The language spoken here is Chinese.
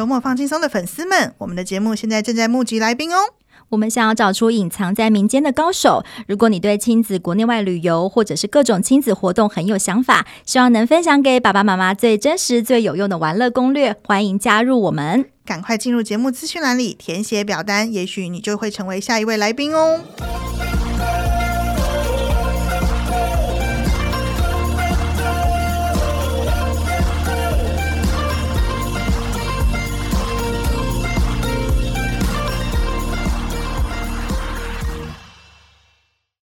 周末放轻松的粉丝们，我们的节目现在正在募集来宾哦。 我们想要找出隐藏在民间的高手。如果你对亲子国内外旅游或者是各种亲子活动很有想法，希望能分享给爸爸妈妈最真实最有用的玩乐攻略，欢迎加入我们。 赶快进入节目资讯栏里填写表单，也许你就会成为下一位来宾哦。